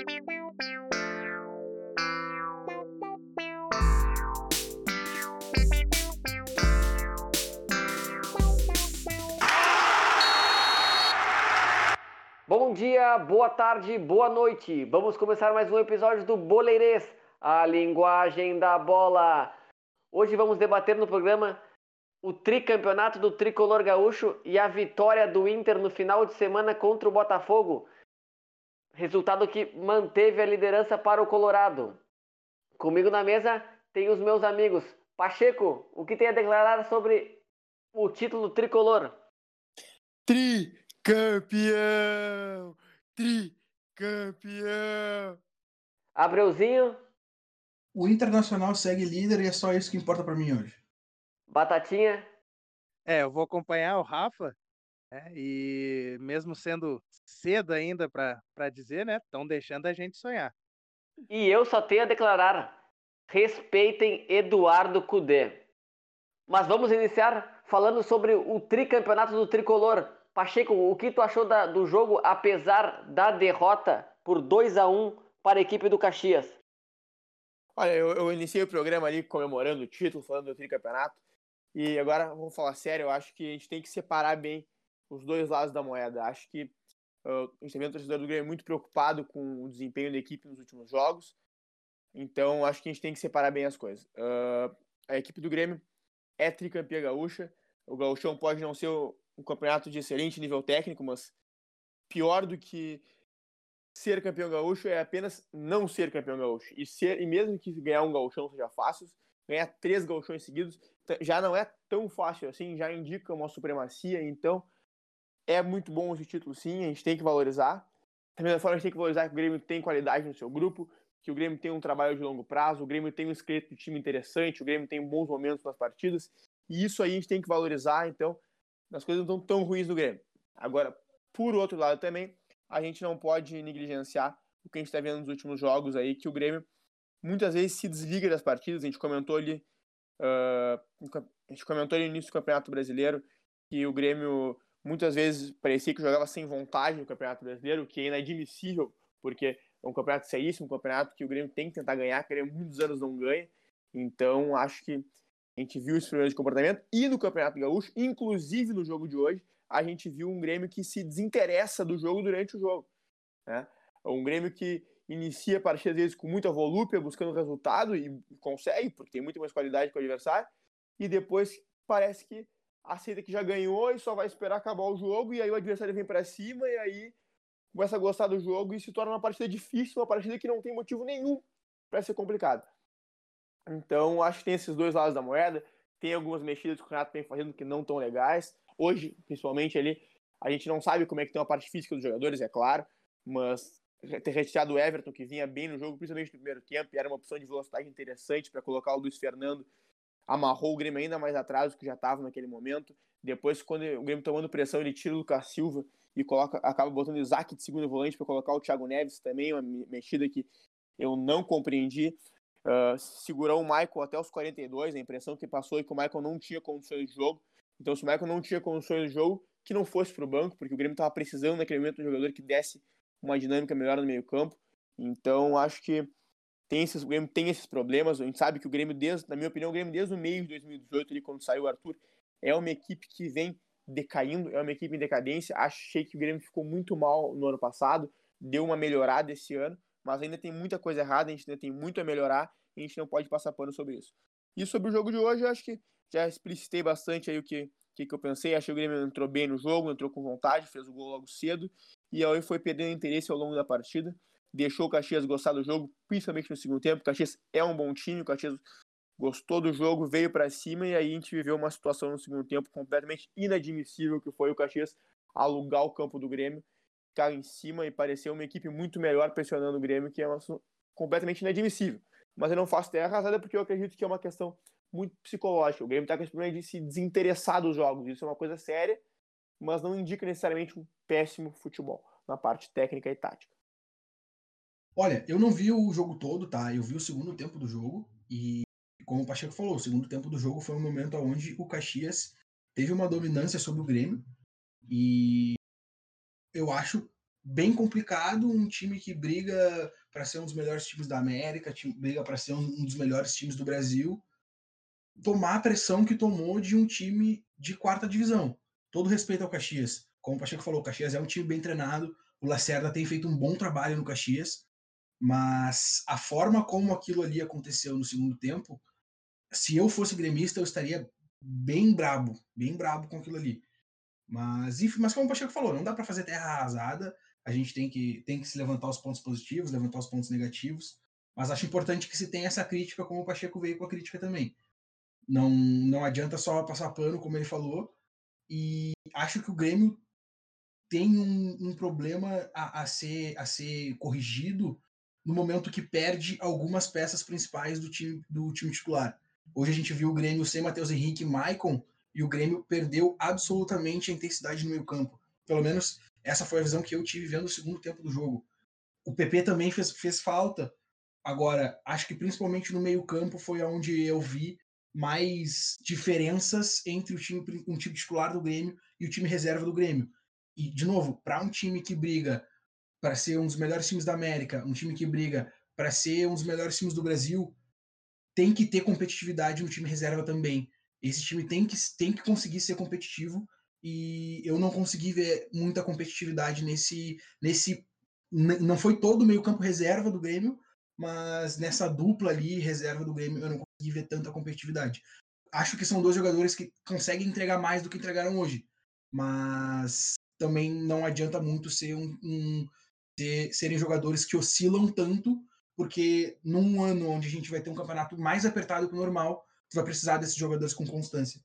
Bom dia, boa tarde, boa noite. Vamos começar mais um episódio do Boleirês, a linguagem da bola. Hoje vamos debater no programa o tricampeonato do Tricolor Gaúcho e a vitória do Inter no final de semana contra o Botafogo. Resultado que manteve a liderança para o Colorado. Comigo na mesa tem os meus amigos. Pacheco, o que tem a declarar sobre o título tricolor? Tricampeão! Tricampeão! Abreuzinho? O Internacional segue líder e é só isso que importa pra mim hoje. Batatinha? Eu vou acompanhar o Rafa, né, e mesmo sendo cedo ainda para dizer, né, estão deixando a gente sonhar. E eu só tenho a declarar: respeitem Eduardo Cudê. Mas vamos iniciar falando sobre o tricampeonato do Tricolor. Pacheco, o que tu achou do jogo, apesar da derrota por 2-1 para a equipe do Caxias? Olha, eu iniciei o programa ali comemorando o título, falando do tricampeonato. E agora, vamos falar sério, eu acho que a gente tem que separar bem os dois lados da moeda. Acho que a gente tá vendo o torcedor do Grêmio muito preocupado com o desempenho da equipe nos últimos jogos. Então, acho que a gente tem que separar bem as coisas. A equipe do Grêmio é tricampeã gaúcha. O Gauchão pode não ser um campeonato de excelente nível técnico, mas pior do que ser campeão gaúcho é apenas não ser campeão gaúcho. E mesmo que ganhar um gauchão seja fácil, ganhar 3 gauchões seguidos já não é tão fácil assim, já indica uma supremacia. Então, é muito bom esse título, sim, a gente tem que valorizar. Da mesma forma, a gente tem que valorizar que o Grêmio tem qualidade no seu grupo, que o Grêmio tem um trabalho de longo prazo, o Grêmio tem um esqueleto de time interessante, o Grêmio tem bons momentos nas partidas, e isso aí a gente tem que valorizar. Então, as coisas não estão tão ruins no Grêmio. Agora, por outro lado também, a gente não pode negligenciar o que a gente está vendo nos últimos jogos aí, que o Grêmio muitas vezes se desliga das partidas. A gente comentou ali no início do Campeonato Brasileiro que o Grêmio muitas vezes parecia que jogava sem vontade no Campeonato Brasileiro, o que é inadmissível, porque é um campeonato seríssimo, um campeonato que o Grêmio tem que tentar ganhar, que o Grêmio muitos anos não ganha. Então, acho que a gente viu esse problema de comportamento. E no Campeonato Gaúcho, inclusive no jogo de hoje, a gente viu um Grêmio que se desinteressa do jogo durante o jogo, né? Um Grêmio que inicia a partida, às vezes, com muita volúpia, buscando resultado, e consegue, porque tem muito mais qualidade que o adversário, e depois parece que aceita que já ganhou e só vai esperar acabar o jogo, e aí o adversário vem para cima, e aí começa a gostar do jogo e se torna uma partida difícil, uma partida que não tem motivo nenhum para ser complicada. Então, acho que tem esses dois lados da moeda. Tem algumas mexidas que o Renato vem fazendo que não tão legais. Hoje, principalmente, ali, a gente não sabe como é que tem a parte física dos jogadores, é claro, mas ter retirado o Everton, que vinha bem no jogo, principalmente no primeiro tempo, e era uma opção de velocidade interessante para colocar o Luiz Fernando, amarrou o Grêmio ainda mais atrás do que já estava naquele momento. Depois, quando o Grêmio tomando pressão, ele tira o Lucas Silva e acaba botando o Isaac de segundo volante para colocar o Thiago Neves também, uma mexida que eu não compreendi. Segurou o Michael até os 42, a impressão que passou é que o Michael não tinha condições de jogo. Então, se o Michael não tinha condições de jogo, que não fosse para o banco, porque o Grêmio estava precisando naquele momento de um jogador que desse uma dinâmica melhor no meio campo. Então, acho que o Grêmio tem esses problemas. A gente sabe que o Grêmio, na minha opinião, o Grêmio desde o meio de 2018, ali, quando saiu o Arthur, é uma equipe que vem decaindo, é uma equipe em decadência. Achei que o Grêmio ficou muito mal no ano passado, deu uma melhorada esse ano, mas ainda tem muita coisa errada, a gente ainda tem muito a melhorar e a gente não pode passar pano sobre isso. E sobre o jogo de hoje, eu acho que já explicitei bastante aí o que eu pensei. Achei que o Grêmio entrou bem no jogo, entrou com vontade, fez o gol logo cedo, e aí foi perdendo interesse ao longo da partida, deixou o Caxias gostar do jogo, principalmente no segundo tempo. O Caxias é um bom time, o Caxias gostou do jogo, veio para cima, e aí a gente viveu uma situação no segundo tempo completamente inadmissível, que foi o Caxias alugar o campo do Grêmio, ficar em cima e parecer uma equipe muito melhor pressionando o Grêmio, que é completamente inadmissível. Mas eu não faço terra arrasada porque eu acredito que é uma questão muito psicológica. O Grêmio está com esse problema de se desinteressar dos jogos. Isso é uma coisa séria, mas não indica necessariamente um péssimo futebol na parte técnica e tática. Olha, eu não vi o jogo todo, tá? Eu vi o segundo tempo do jogo e, como o Pacheco falou, o segundo tempo do jogo foi um momento onde o Caxias teve uma dominância sobre o Grêmio e eu acho bem complicado, um time que briga para ser um dos melhores times da América, briga para ser um dos melhores times do Brasil, tomar a pressão que tomou de um time de quarta divisão. Todo respeito ao Caxias. Como o Pacheco falou, o Caxias é um time bem treinado, o Lacerda tem feito um bom trabalho no Caxias, mas a forma como aquilo ali aconteceu no segundo tempo, se eu fosse gremista, eu estaria bem brabo com aquilo ali. Mas, enfim, mas como o Pacheco falou, não dá para fazer terra arrasada, a gente tem que se levantar os pontos positivos, levantar os pontos negativos, mas acho importante que se tenha essa crítica, como o Pacheco veio com a crítica também. Não adianta só passar pano, como ele falou, e acho que o Grêmio tem um problema a ser corrigido no momento que perde algumas peças principais do time titular. Hoje a gente viu o Grêmio sem Matheus Henrique e Maicon, e o Grêmio perdeu absolutamente a intensidade no meio campo. Pelo menos essa foi a visão que eu tive vendo o segundo tempo do jogo. O PP também fez falta. Agora, acho que principalmente no meio campo foi onde eu vi mais diferenças entre um time titular do Grêmio e o time reserva do Grêmio. E, de novo, para um time que briga para ser um dos melhores times da América, um time que briga para ser um dos melhores times do Brasil, tem que ter competitividade no time reserva também. Esse time tem que conseguir ser competitivo e eu não consegui ver muita competitividade nesse não foi todo o meio-campo reserva do Grêmio, mas nessa dupla ali, reserva do Grêmio, eu não consegui ver tanta competitividade. Acho que são dois jogadores que conseguem entregar mais do que entregaram hoje, mas também não adianta muito serem jogadores que oscilam tanto, porque num ano onde a gente vai ter um campeonato mais apertado que o normal, tu vai precisar desses jogadores com constância.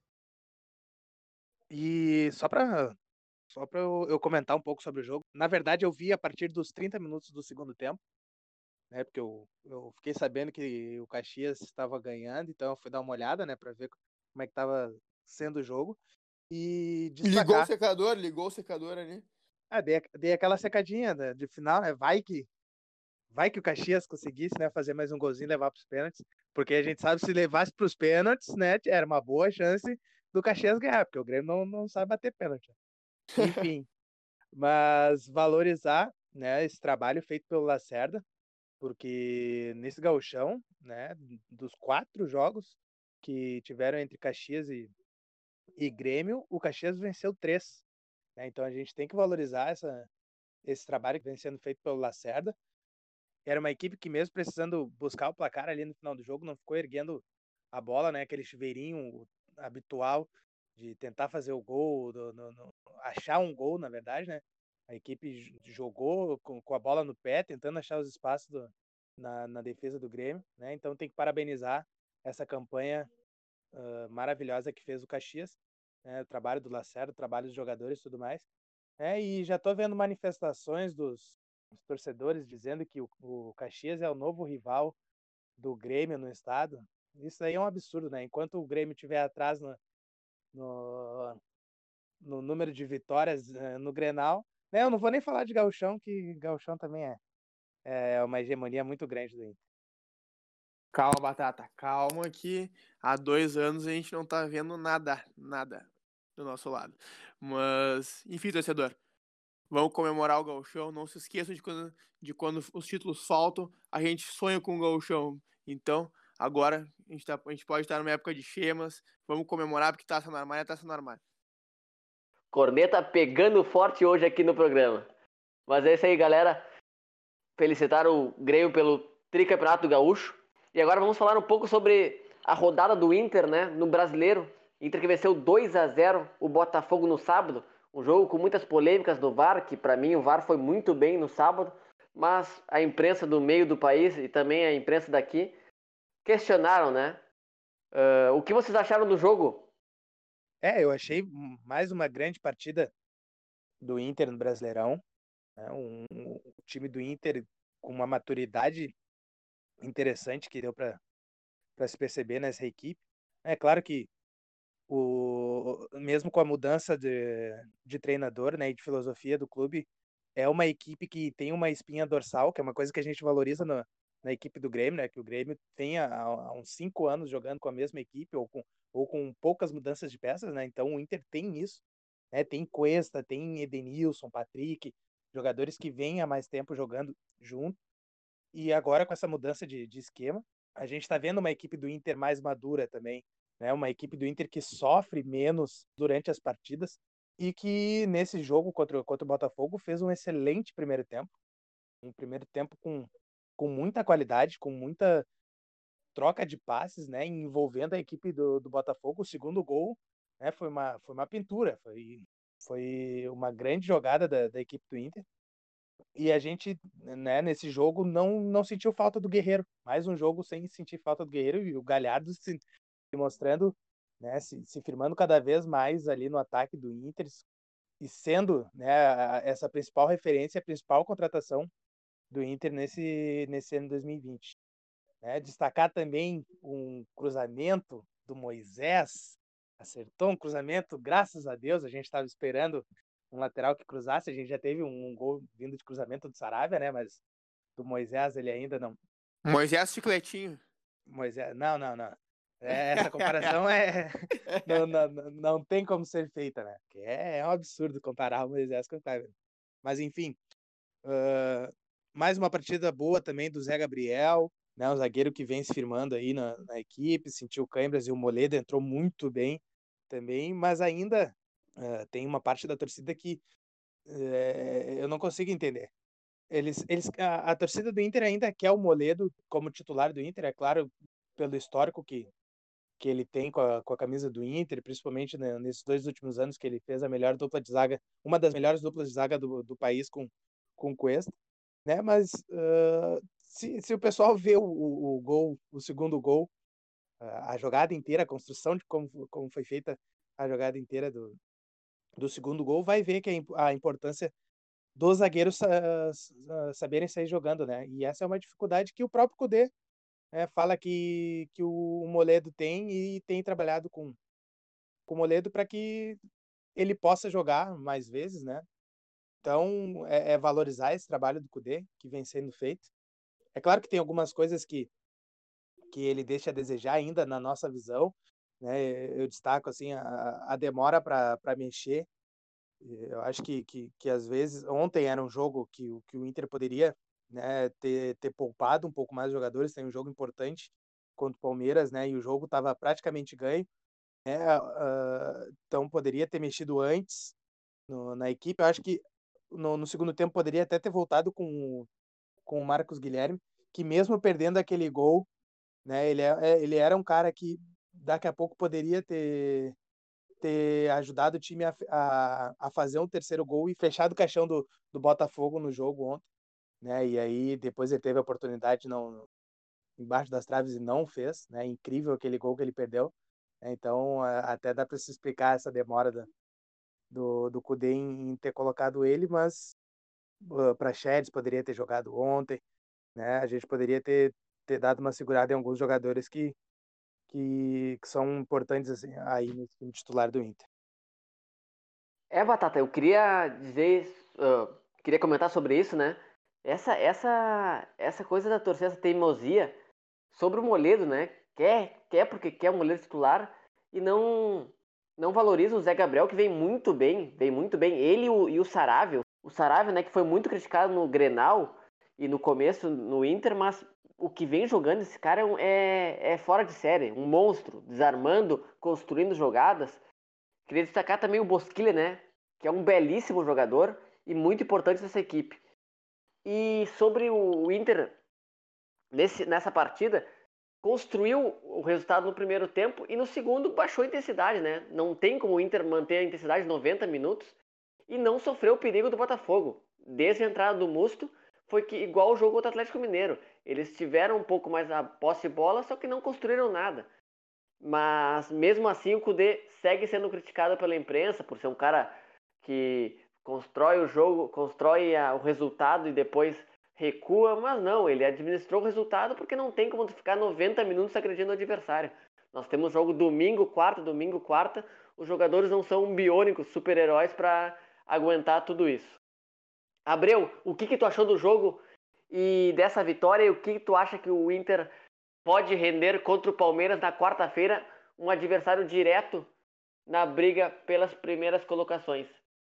E só pra eu comentar um pouco sobre o jogo. Na verdade, eu vi a partir dos 30 minutos do segundo tempo, né? Porque eu fiquei sabendo que o Caxias estava ganhando, então eu fui dar uma olhada, né, para ver como é que estava sendo o jogo. E destacar. Ligou o secador ali. Dei aquela secadinha de final, né? Vai que o Caxias conseguisse, né, fazer mais um golzinho e levar para os pênaltis, porque a gente sabe que se levasse para os pênaltis, né, era uma boa chance do Caxias ganhar, porque o Grêmio não sabe bater pênalti. Enfim, mas valorizar, né, esse trabalho feito pelo Lacerda, porque nesse gauchão, né, dos 4 jogos que tiveram entre Caxias e Grêmio, o Caxias venceu 3. Né, então a gente tem que valorizar esse trabalho que vem sendo feito pelo Lacerda. Era uma equipe que, mesmo precisando buscar o placar ali no final do jogo, não ficou erguendo a bola, né? Aquele chuveirinho habitual de tentar fazer o gol, achar um gol, na verdade, né? A equipe jogou com a bola no pé, tentando achar os espaços na defesa do Grêmio, né? Então tem que parabenizar essa campanha maravilhosa que fez o Caxias, né? O trabalho do Lacerda, o trabalho dos jogadores e tudo mais. E já tô vendo manifestações dos torcedores dizendo que o Caxias é o novo rival do Grêmio no estado. Isso aí é um absurdo, né? Enquanto o Grêmio estiver atrás no, no número de vitórias no Grenal, né? Eu não vou nem falar de Gauchão, que Gauchão também é uma hegemonia muito grande do Inter. Calma, Batata, calma que há 2 anos a gente não tá vendo nada do nosso lado. Mas, enfim, torcedor, vamos comemorar o Gauchão. Não se esqueçam de quando os títulos faltam, a gente sonha com o Gauchão. Então, agora a gente pode estar numa época de chemas. Vamos comemorar porque taça no armário é taça no armário. Corneta pegando forte hoje aqui no programa. Mas é isso aí, galera. Felicitar o Grêmio pelo tricampeonato gaúcho. E agora vamos falar um pouco sobre a rodada do Inter, né, no Brasileiro. Inter que venceu 2-0 o Botafogo no sábado. Um jogo com muitas polêmicas do VAR, que para mim o VAR foi muito bem no sábado. Mas a imprensa do meio do país e também a imprensa daqui questionaram, né? O que vocês acharam do jogo? Eu achei mais uma grande partida do Inter no Brasileirão. Né? O time do Inter com uma maturidade interessante que deu para se perceber nessa equipe. É claro que mesmo com a mudança de treinador, né, e de filosofia do clube, é uma equipe que tem uma espinha dorsal, que é uma coisa que a gente valoriza na equipe do Grêmio, né, que o Grêmio tem há uns 5 anos jogando com a mesma equipe ou com poucas mudanças de peças, né, então o Inter tem isso, né, tem Cuesta, tem Edenilson, Patrick, jogadores que vêm há mais tempo jogando junto. E agora, com essa mudança de esquema, a gente está vendo uma equipe do Inter mais madura também, né? Uma equipe do Inter que sofre menos durante as partidas e que nesse jogo contra o Botafogo fez um excelente primeiro tempo. Um primeiro tempo com muita qualidade, com muita troca de passes, né? Envolvendo a equipe do Botafogo. O segundo gol, né? Foi uma pintura, foi uma grande jogada da equipe do Inter. E a gente, né, nesse jogo não sentiu falta do Guerreiro. Mais um jogo sem sentir falta do Guerreiro e o Galhardo se mostrando, né, se firmando cada vez mais ali no ataque do Inter e sendo, né, essa principal referência, a principal contratação do Inter nesse ano 2020. Né? Destacar também um cruzamento do Moisés, acertou um cruzamento, graças a Deus, a gente estava esperando um lateral que cruzasse, a gente já teve um gol vindo de cruzamento do Saravia, né? Mas do Moisés ele ainda não. Moisés Chicletinho. Moisés, não. Essa comparação não tem como ser feita, né? Porque é um absurdo comparar o Moisés com o Kleber. Mas enfim, mais uma partida boa também do Zé Gabriel, né? Um zagueiro que vem se firmando aí na equipe, sentiu câimbras e o Moledo entrou muito bem também, mas ainda tem uma parte da torcida que eu não consigo entender. A torcida do Inter ainda quer o Moledo como titular do Inter, é claro, pelo histórico que ele tem com a camisa do Inter, principalmente nesses 2 últimos anos que ele fez a melhor dupla de zaga, uma das melhores duplas de zaga do país com o Cuesta, né? Mas se o pessoal vê o gol, o segundo gol, a jogada inteira, a construção de como foi feita a jogada inteira do segundo gol, vai ver que a importância dos zagueiros saberem sair jogando, né? E essa é uma dificuldade que o próprio Kudê fala que o Moledo tem e tem trabalhado com o Moledo para que ele possa jogar mais vezes, né? Então, valorizar esse trabalho do Kudê, que vem sendo feito. É claro que tem algumas coisas que ele deixa a desejar ainda na nossa visão, né? Eu destaco assim a demora para mexer. Eu acho que às vezes ontem era um jogo que o Inter poderia, né, ter poupado um pouco mais os jogadores. Tem um jogo importante contra o Palmeiras, né? E o jogo estava praticamente ganho, né? Então poderia ter mexido antes na equipe. Eu acho que no segundo tempo poderia até ter voltado com o Marcos Guilherme, que mesmo perdendo aquele gol, né, ele era um cara que daqui a pouco poderia ter ajudado o time a fazer um terceiro gol e fechado o caixão do Botafogo no jogo ontem, né? E aí depois ele teve a oportunidade embaixo das traves e não fez, né? Incrível aquele gol que ele perdeu. Então até dá para se explicar essa demora do Kudê em ter colocado ele, mas Praxedes poderia ter jogado ontem, né? A gente poderia ter dado uma segurada em alguns jogadores que são importantes assim, aí no time titular do Inter. Batata, eu queria dizer, queria comentar sobre isso, né? Essa coisa da torcida, essa teimosia sobre o Moledo, né? Quer porque quer o Moledo titular e não valoriza o Zé Gabriel, que vem muito bem. Ele e o Saravia. O Saravia, né, que foi muito criticado no Grenal e no começo no Inter, mas o que vem jogando esse cara é fora de série, um monstro, desarmando, construindo jogadas. Queria destacar também o Bosquilha, né, que é um belíssimo jogador e muito importante nessa equipe. E sobre o Inter, nessa partida, construiu o resultado no primeiro tempo e no segundo baixou a intensidade, né? Não tem como o Inter manter a intensidade 90 minutos e não sofreu o perigo do Botafogo. Desde a entrada do Musto, foi que igual o jogo contra o Atlético Mineiro. Eles tiveram um pouco mais a posse de bola, só que não construíram nada. Mas mesmo assim o Kudê segue sendo criticado pela imprensa por ser um cara que constrói o jogo, constrói o resultado e depois recua, mas não, ele administrou o resultado porque não tem como ficar 90 minutos agredindo o adversário. Nós temos jogo domingo, quarta, os jogadores não são biônicos, super-heróis para aguentar tudo isso. Abreu, o que tu achou do jogo e dessa vitória e o que tu acha que o Inter pode render contra o Palmeiras na quarta-feira, um adversário direto na briga pelas primeiras colocações?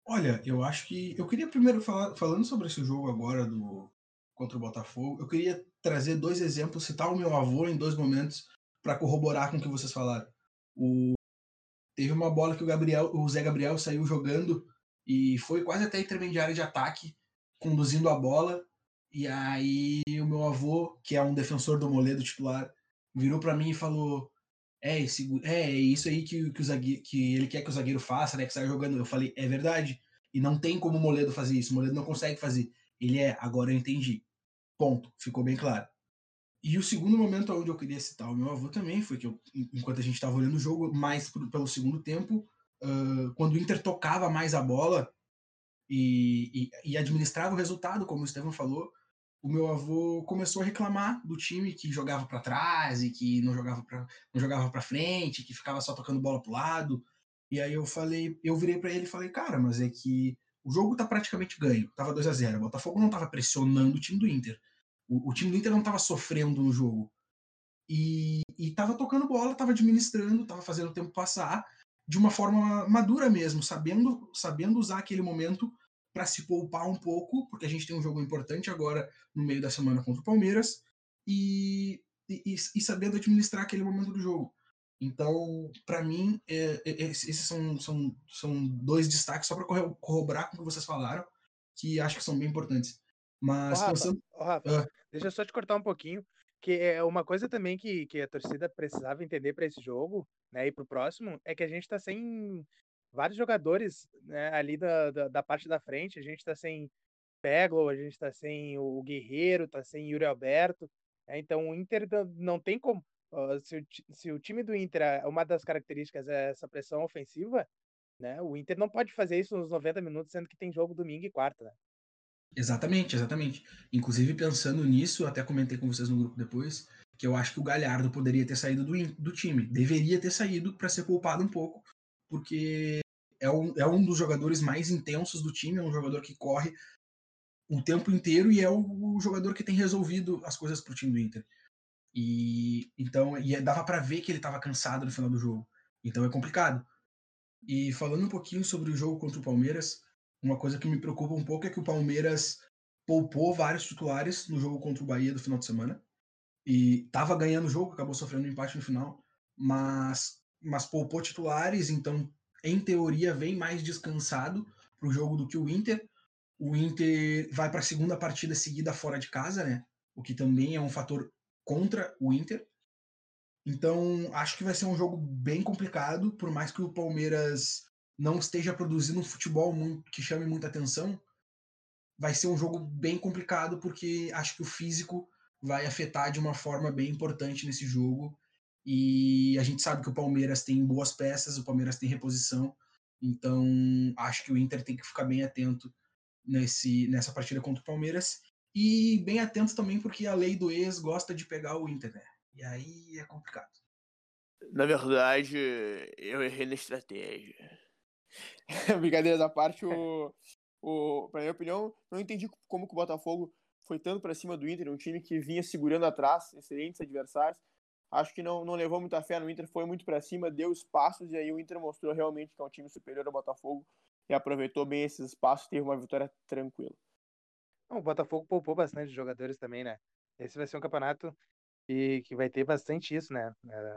Olha, eu acho que. Eu queria primeiro falando sobre esse jogo agora contra o Botafogo, eu queria trazer 2 exemplos, citar o meu avô em 2 momentos para corroborar com o que vocês falaram. Teve uma bola que o Zé Gabriel saiu jogando e foi quase até a intermediária de ataque, conduzindo a bola. E aí o meu avô, que é um defensor do Moledo titular, virou para mim e falou: é isso aí que ele quer que o zagueiro faça, né? Que saia jogando. Eu falei: é verdade. E não tem como o Moledo fazer isso. O Moledo não consegue fazer. Agora eu entendi. Ponto. Ficou bem claro. E o segundo momento onde eu queria citar o meu avô também foi que enquanto a gente estava olhando o jogo, mais pelo segundo tempo, quando o Inter tocava mais a bola e administrava o resultado, como o Estevão falou, o meu avô começou a reclamar do time que jogava para trás e que não jogava para frente, que ficava só tocando bola pro lado. E aí eu virei para ele e falei: cara, mas é que o jogo tá praticamente ganho, tava 2-0, o Botafogo não tava pressionando o time do Inter. O time do Inter não estava sofrendo no jogo. E estava tocando bola, estava administrando, estava fazendo o tempo passar de uma forma madura mesmo, sabendo usar aquele momento para se poupar um pouco, porque a gente tem um jogo importante agora no meio da semana contra o Palmeiras, e sabendo administrar aquele momento do jogo. Então, para mim, esses são 2 destaques só para corroborar com o que vocês falaram, que acho que são bem importantes. Ô, Mas Rafa, pensando. ô, Rafa, Ah, deixa eu só te cortar um pouquinho, que é uma coisa também que a torcida precisava entender para esse jogo, né, e pro próximo, é que a gente tá sem vários jogadores, né, ali da parte da frente. A gente tá sem Peglo, a gente tá sem o Guerreiro, tá sem Yuri Alberto, então o Inter não tem como, se o time do Inter, uma das características é essa pressão ofensiva, né, o Inter não pode fazer isso nos 90 minutos, sendo que tem jogo domingo e quarta, né? Exatamente, exatamente. Inclusive, pensando nisso, até comentei com vocês no grupo depois, que eu acho que o Galhardo poderia ter saído do time. Deveria ter saído para ser poupado um pouco, porque é um dos jogadores mais intensos do time, é um jogador que corre o tempo inteiro e é o jogador que tem resolvido as coisas pro time do Inter. Dava para ver que ele estava cansado no final do jogo. Então é complicado. E falando um pouquinho sobre o jogo contra o Palmeiras, uma coisa que me preocupa um pouco é que o Palmeiras poupou vários titulares no jogo contra o Bahia do final de semana. E estava ganhando o jogo, acabou sofrendo um empate no final, mas poupou titulares, então, em teoria, vem mais descansado para o jogo do que o Inter. O Inter vai para a segunda partida seguida fora de casa, né? O que também é um fator contra o Inter. Então, acho que vai ser um jogo bem complicado, por mais que o Palmeiras não esteja produzindo um futebol que chame muita atenção. Vai ser um jogo bem complicado, porque acho que o físico vai afetar de uma forma bem importante nesse jogo. E a gente sabe que o Palmeiras tem boas peças, o Palmeiras tem reposição. Então, acho que o Inter tem que ficar bem atento nessa partida contra o Palmeiras. E bem atento também, porque a lei do ex gosta de pegar o Inter, né? E aí é complicado. Na verdade, eu errei na estratégia. Brincadeiras à parte, pra minha opinião, não entendi como que o Botafogo foi tanto para cima do Inter, um time que vinha segurando atrás, excelentes adversários. Acho que não levou muita fé no Inter, foi muito para cima, deu espaços, e aí o Inter mostrou realmente que é um time superior ao Botafogo e aproveitou bem esses espaços, teve uma vitória tranquila. O Botafogo poupou bastante jogadores também, né? Esse vai ser um campeonato que vai ter bastante isso, né?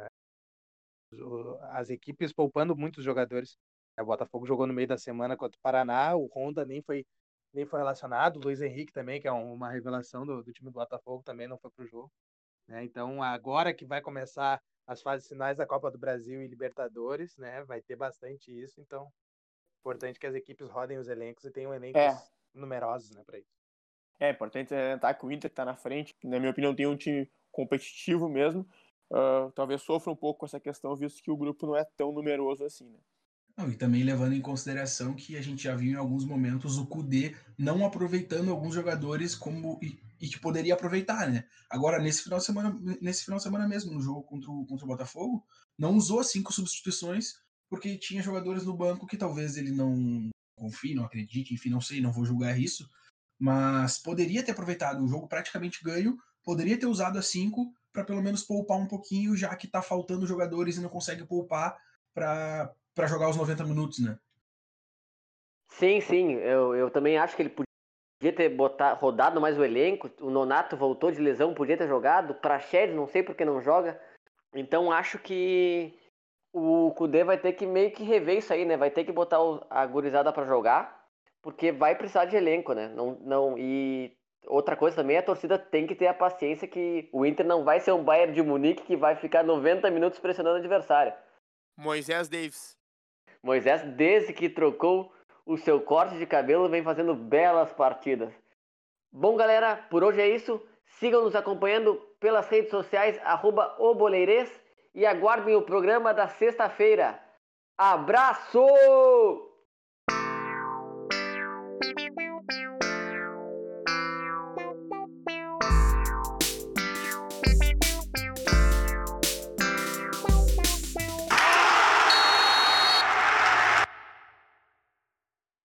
As equipes poupando muitos jogadores. O Botafogo jogou no meio da semana contra o Paraná, o Honda nem foi relacionado, o Luiz Henrique também, que é uma revelação do time do Botafogo, também não foi pro jogo, né? Então, agora que vai começar as fases finais da Copa do Brasil e Libertadores, né? Vai ter bastante isso, então, importante que as equipes rodem os elencos e tenham elencos numerosos, né, para isso. É importante salientar que o Inter está na frente, na minha opinião tem um time competitivo mesmo, talvez sofra um pouco com essa questão, visto que o grupo não é tão numeroso assim, né? Não, e também levando em consideração que a gente já viu em alguns momentos o Kudê não aproveitando alguns jogadores e que poderia aproveitar, né? Agora, nesse final de semana mesmo, no jogo contra o Botafogo, não usou as 5 substituições, porque tinha jogadores no banco que talvez ele não confie, não acredite, enfim, não sei, não vou julgar isso, mas poderia ter aproveitado um jogo praticamente ganho, poderia ter usado as 5 para pelo menos poupar um pouquinho, já que tá faltando jogadores e não consegue poupar para jogar os 90 minutos, né? Sim, eu também acho que ele podia ter rodado mais o elenco. O Nonato voltou de lesão, podia ter jogado. Praxedes, não sei por que não joga. Então acho que o Kudê vai ter que meio que rever isso aí, né? Vai ter que botar a gurizada pra jogar, porque vai precisar de elenco, né? E outra coisa também, a torcida tem que ter a paciência que o Inter não vai ser um Bayern de Munique que vai ficar 90 minutos pressionando o adversário. Moisés Davis. Moisés, desde que trocou o seu corte de cabelo, vem fazendo belas partidas. Bom, galera, por hoje é isso. Sigam nos acompanhando pelas redes sociais, @oboleirês, e aguardem o programa da sexta-feira. Abraço!